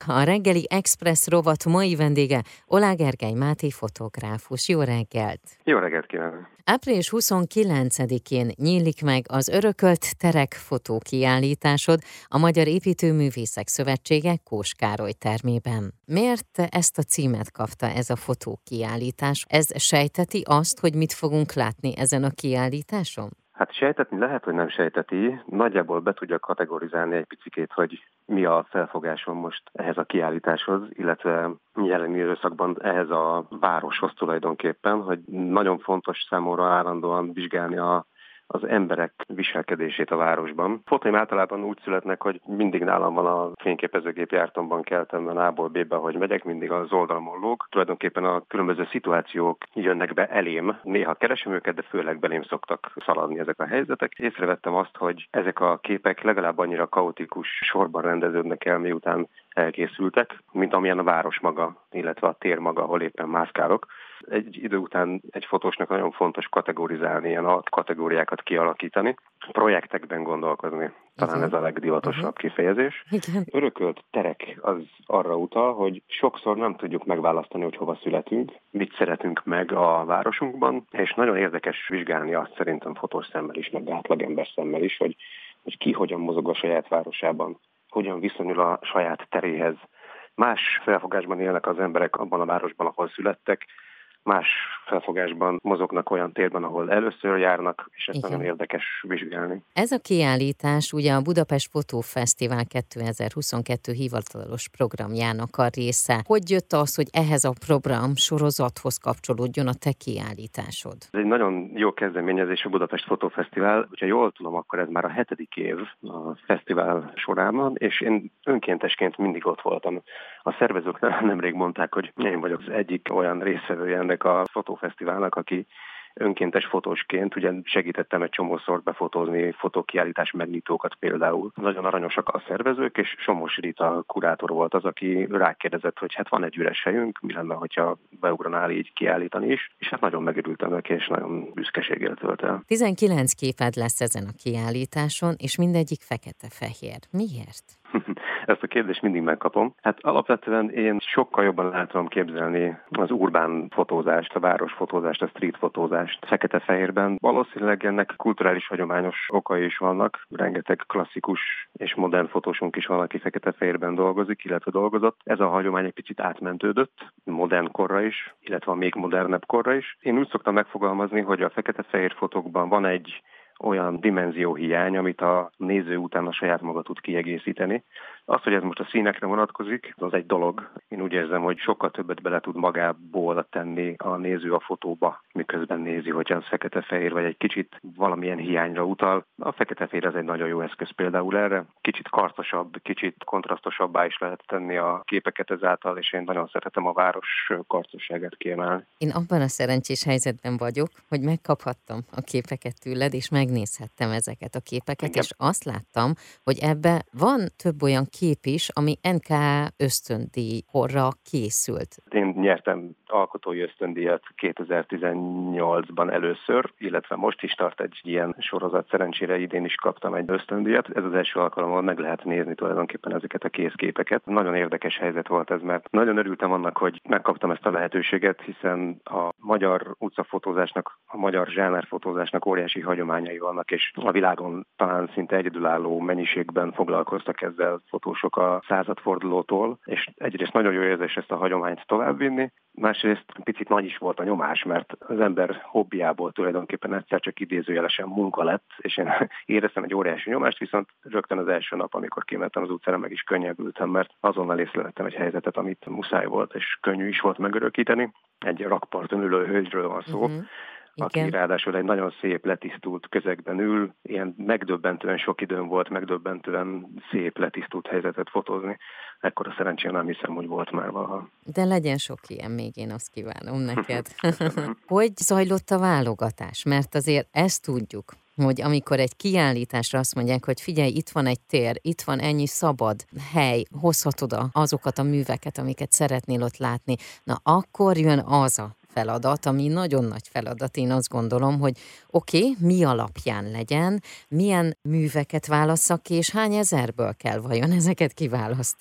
A reggeli Express rovat mai vendége Oláh Gergely Máté fotográfus. Jó reggelt! Jó reggelt kívánok! Április 29-én nyílik meg az Örökölt terek fotókiállításod a Magyar Építőművészek Szövetsége Kós Károly termében. Miért ezt a címet kapta ez a fotókiállítás? Ez sejteti azt, hogy mit fogunk látni ezen a kiállításon? Hát sejtetni lehet, hogy nem sejteti. Nagyjából be tudja kategorizálni egy picikét, hogy mi a felfogásom most ehhez a kiállításhoz, illetve jelen időszakban ehhez a városhoz tulajdonképpen, hogy nagyon fontos számomra állandóan vizsgálni az emberek viselkedését a városban. Fotóim általában úgy születnek, hogy mindig nálam van a fényképezőgép jártomban keltemben A-ból B-be, hogy megyek, mindig az oldalmon lóg. Tulajdonképpen a különböző szituációk jönnek be elém. Néha keresem őket, de főleg belém szoktak szaladni ezek a helyzetek. Észrevettem azt, hogy ezek a képek legalább annyira kaotikus sorban rendeződnek el, miután elkészültek, mint amilyen a város maga, illetve a tér maga, ahol éppen mászkálok. Egy idő után egy fotósnak nagyon fontos kategorizálni, ilyen kategóriákat kialakítani, projektekben gondolkozni. Talán ez a legdivatosabb kifejezés. Igen. Örökölt terek az arra utal, hogy sokszor nem tudjuk megválasztani, hogy hova születünk, mit szeretünk meg a városunkban, és nagyon érdekes vizsgálni azt szerintem fotós szemmel is, meg átlagember szemmel is, hogy ki hogyan mozog a saját városában, hogyan viszonyul a saját teréhez. Más felfogásban élnek az emberek abban a városban, ahol születtek, más felfogásban mozognak olyan térben, ahol először járnak, és ezt nagyon érdekes vizsgálni. Ez a kiállítás ugye a Budapest Fotófesztivál 2022 hivatalos programjának a része. Hogy jött az, hogy ehhez a program sorozathoz kapcsolódjon a te kiállításod? Ez egy nagyon jó kezdeményezés a Budapest Fotófesztivál. Ha jól tudom, akkor ez már a 7. év a fesztivál sorában, és én önkéntesként mindig ott voltam. A szervezők nemrég mondták, hogy én vagyok az egyik olyan résztvevője ennek a fotófesztiválnak, aki önkéntes fotósként ugye segítettem egy csomószor befotózni fotókiállítás megnyitókat például. Nagyon aranyosak a szervezők, és Somos Rita kurátor volt az, aki rákérdezett, hogy hát van egy üres helyünk, mi lenne, hogyha beugranál így kiállítani is, és hát nagyon megörültem neki, és nagyon büszkeséggel tölt el. 19 képed lesz ezen a kiállításon, és mindegyik fekete-fehér. Miért? Ezt a kérdést mindig megkapom. Hát alapvetően én sokkal jobban el tudom képzelni az urbán fotózást, a városfotózást, a street fotózást fekete-fehérben. Valószínűleg ennek kulturális hagyományos okai is vannak. Rengeteg klasszikus és modern fotósunk is van, aki fekete-fehérben dolgozik, illetve dolgozott. Ez a hagyomány egy picit átmentődött, modern korra is, illetve a még modernebb korra is. Én úgy szoktam megfogalmazni, hogy a fekete-fehér fotókban van egy olyan dimenzióhiány, amit a néző után a saját maga tud kiegészíteni. Az, hogy ez most a színekre vonatkozik, az egy dolog. Én úgy érzem, hogy sokkal többet bele tud magából tenni a néző a fotóba, miközben nézi, hogy az fekete-fehér, vagy egy kicsit valamilyen hiányra utal. A fekete-fehér az egy nagyon jó eszköz például erre. Kicsit karcosabb, kicsit kontrasztosabbá is lehet tenni a képeket ezáltal, és én nagyon szeretem a város karcosságát kiemelni. Én abban a szerencsés helyzetben vagyok, hogy megkaphattam a képeket tőled, és megnézhettem ezeket a képeket, és azt láttam, hogy ebbe van több olyan kép is, ami NK ösztöndíjra készült. Én nyertem alkotói ösztöndíjat 2018-ban először, illetve most is tart egy ilyen sorozat, szerencsére idén is kaptam egy ösztöndíjat. Ez az első alkalommal meg lehet nézni tulajdonképpen ezeket a készképeket. Nagyon érdekes helyzet volt ez, mert nagyon örültem annak, hogy megkaptam ezt a lehetőséget, hiszen a magyar utcafotózásnak, a magyar zsánerfotózásnak óriási hagyományai vannak, és a világon talán szinte egyedülálló mennyiségben foglalkoztak ezzel fotósok a századfordulótól, és egyrészt nagyon jó érzés ezt a hagyományt továbbvinni, másrészt picit nagy is volt a nyomás, mert az ember hobbiából tulajdonképpen egyszer csak idézőjelesen munka lett, és én éreztem egy óriási nyomást, viszont rögtön az első nap, amikor kimentem az utcára, meg is könnyebbültem, mert azonnal észrevettem egy helyzetet, amit muszáj volt, és könnyű is volt megörökíteni. Egy rakparton ülő hölgyről van szó, aki ráadásul egy nagyon szép, letisztult közegben ül, ilyen megdöbbentően sok időm volt, megdöbbentően szép, letisztult helyzetet fotózni. Ekkora szerencsém nem hiszem, hogy volt már valaha. De legyen sok ilyen, még én azt kívánom neked. Hogy zajlott a válogatás? Mert azért ezt tudjuk, hogy amikor egy kiállításra azt mondják, hogy figyelj, itt van egy tér, itt van ennyi szabad hely, hozhatod azokat a műveket, amiket szeretnél ott látni, na akkor jön az a feladat, ami nagyon nagy feladat, én azt gondolom, hogy oké, mi alapján legyen, milyen műveket válasszak ki, és hány ezerből kell vajon ezeket kiválasztani?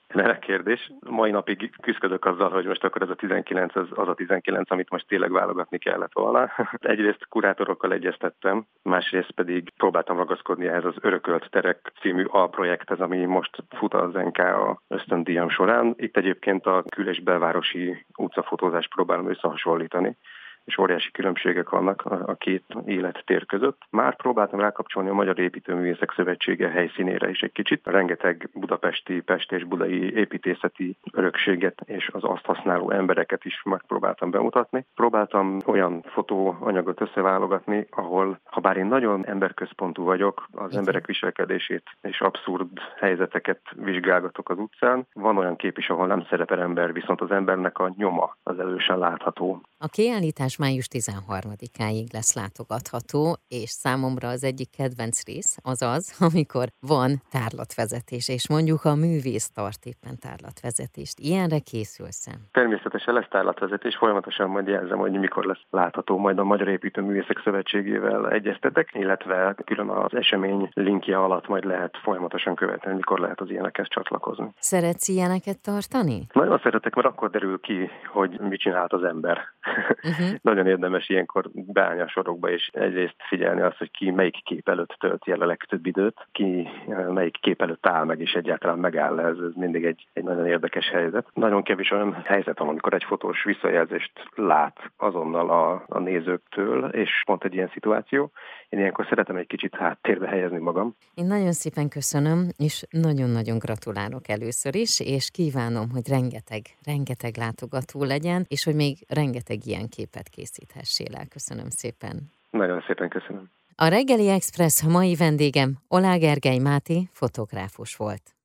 Remek kérdés. Mai napig küzdök azzal, hogy most akkor ez a 19, az a 19, amit most tényleg válogatni kellett volna. Egyrészt kurátorokkal egyeztettem, másrészt pedig próbáltam ragaszkodni ehhez az Örökölt terek című alprojekthez, ami most fut az NKA ösztöndíjam során. Itt egyébként a kül- és belvárosi utcafotózást próbálom összehasonlítani, és óriási különbségek vannak a két élettér között. Már próbáltam rákapcsolni a Magyar Építőművészek Szövetsége helyszínére is egy kicsit. Rengeteg budapesti, pest és budai építészeti örökséget és az azt használó embereket is megpróbáltam bemutatni. Próbáltam olyan fotóanyagot összeválogatni, ahol, ha bár én nagyon emberközpontú vagyok, az emberek viselkedését és abszurd helyzeteket vizsgálgatok az utcán, van olyan kép is, ahol nem szerepel ember, viszont az embernek a nyoma az elősen látható. A kiállítás május 13-áig lesz látogatható, és számomra az egyik kedvenc rész az, amikor van tárlatvezetés, és mondjuk a művész tart éppen tárlatvezetést. Ilyenre készülsz-e? Természetesen lesz tárlatvezetés, folyamatosan majd jelzem, hogy mikor lesz látható, majd a Magyar Építőművészek Szövetségével egyeztetek, illetve külön az esemény linkje alatt majd lehet folyamatosan követni, mikor lehet az ilyenekhez csatlakozni. Szeretsz ilyeneket tartani? Nagyon szeretek, mert akkor derül ki, hogy mit csinált az ember. Nagyon érdemes ilyenkor beállni a sorokba, és egyrészt figyelni azt, hogy ki melyik kép előtt tölti el a legtöbb időt, ki melyik kép előtt áll meg, és egyáltalán megáll. Ez mindig egy nagyon érdekes helyzet. Nagyon kevés olyan helyzet van, amikor egy fotós visszajelzést lát azonnal a nézőktől, és pont egy ilyen szituáció. Én ilyenkor szeretem egy kicsit háttérbe helyezni magam. Én nagyon szépen köszönöm, és nagyon-nagyon gratulálok először is, és kívánom, hogy rengeteg látogató legyen, és hogy még rengeteg ilyen képet készíthessél el. Köszönöm szépen. Nagyon szépen köszönöm. A Reggeli Express mai vendégem Oláh Gergely Máté fotográfus volt.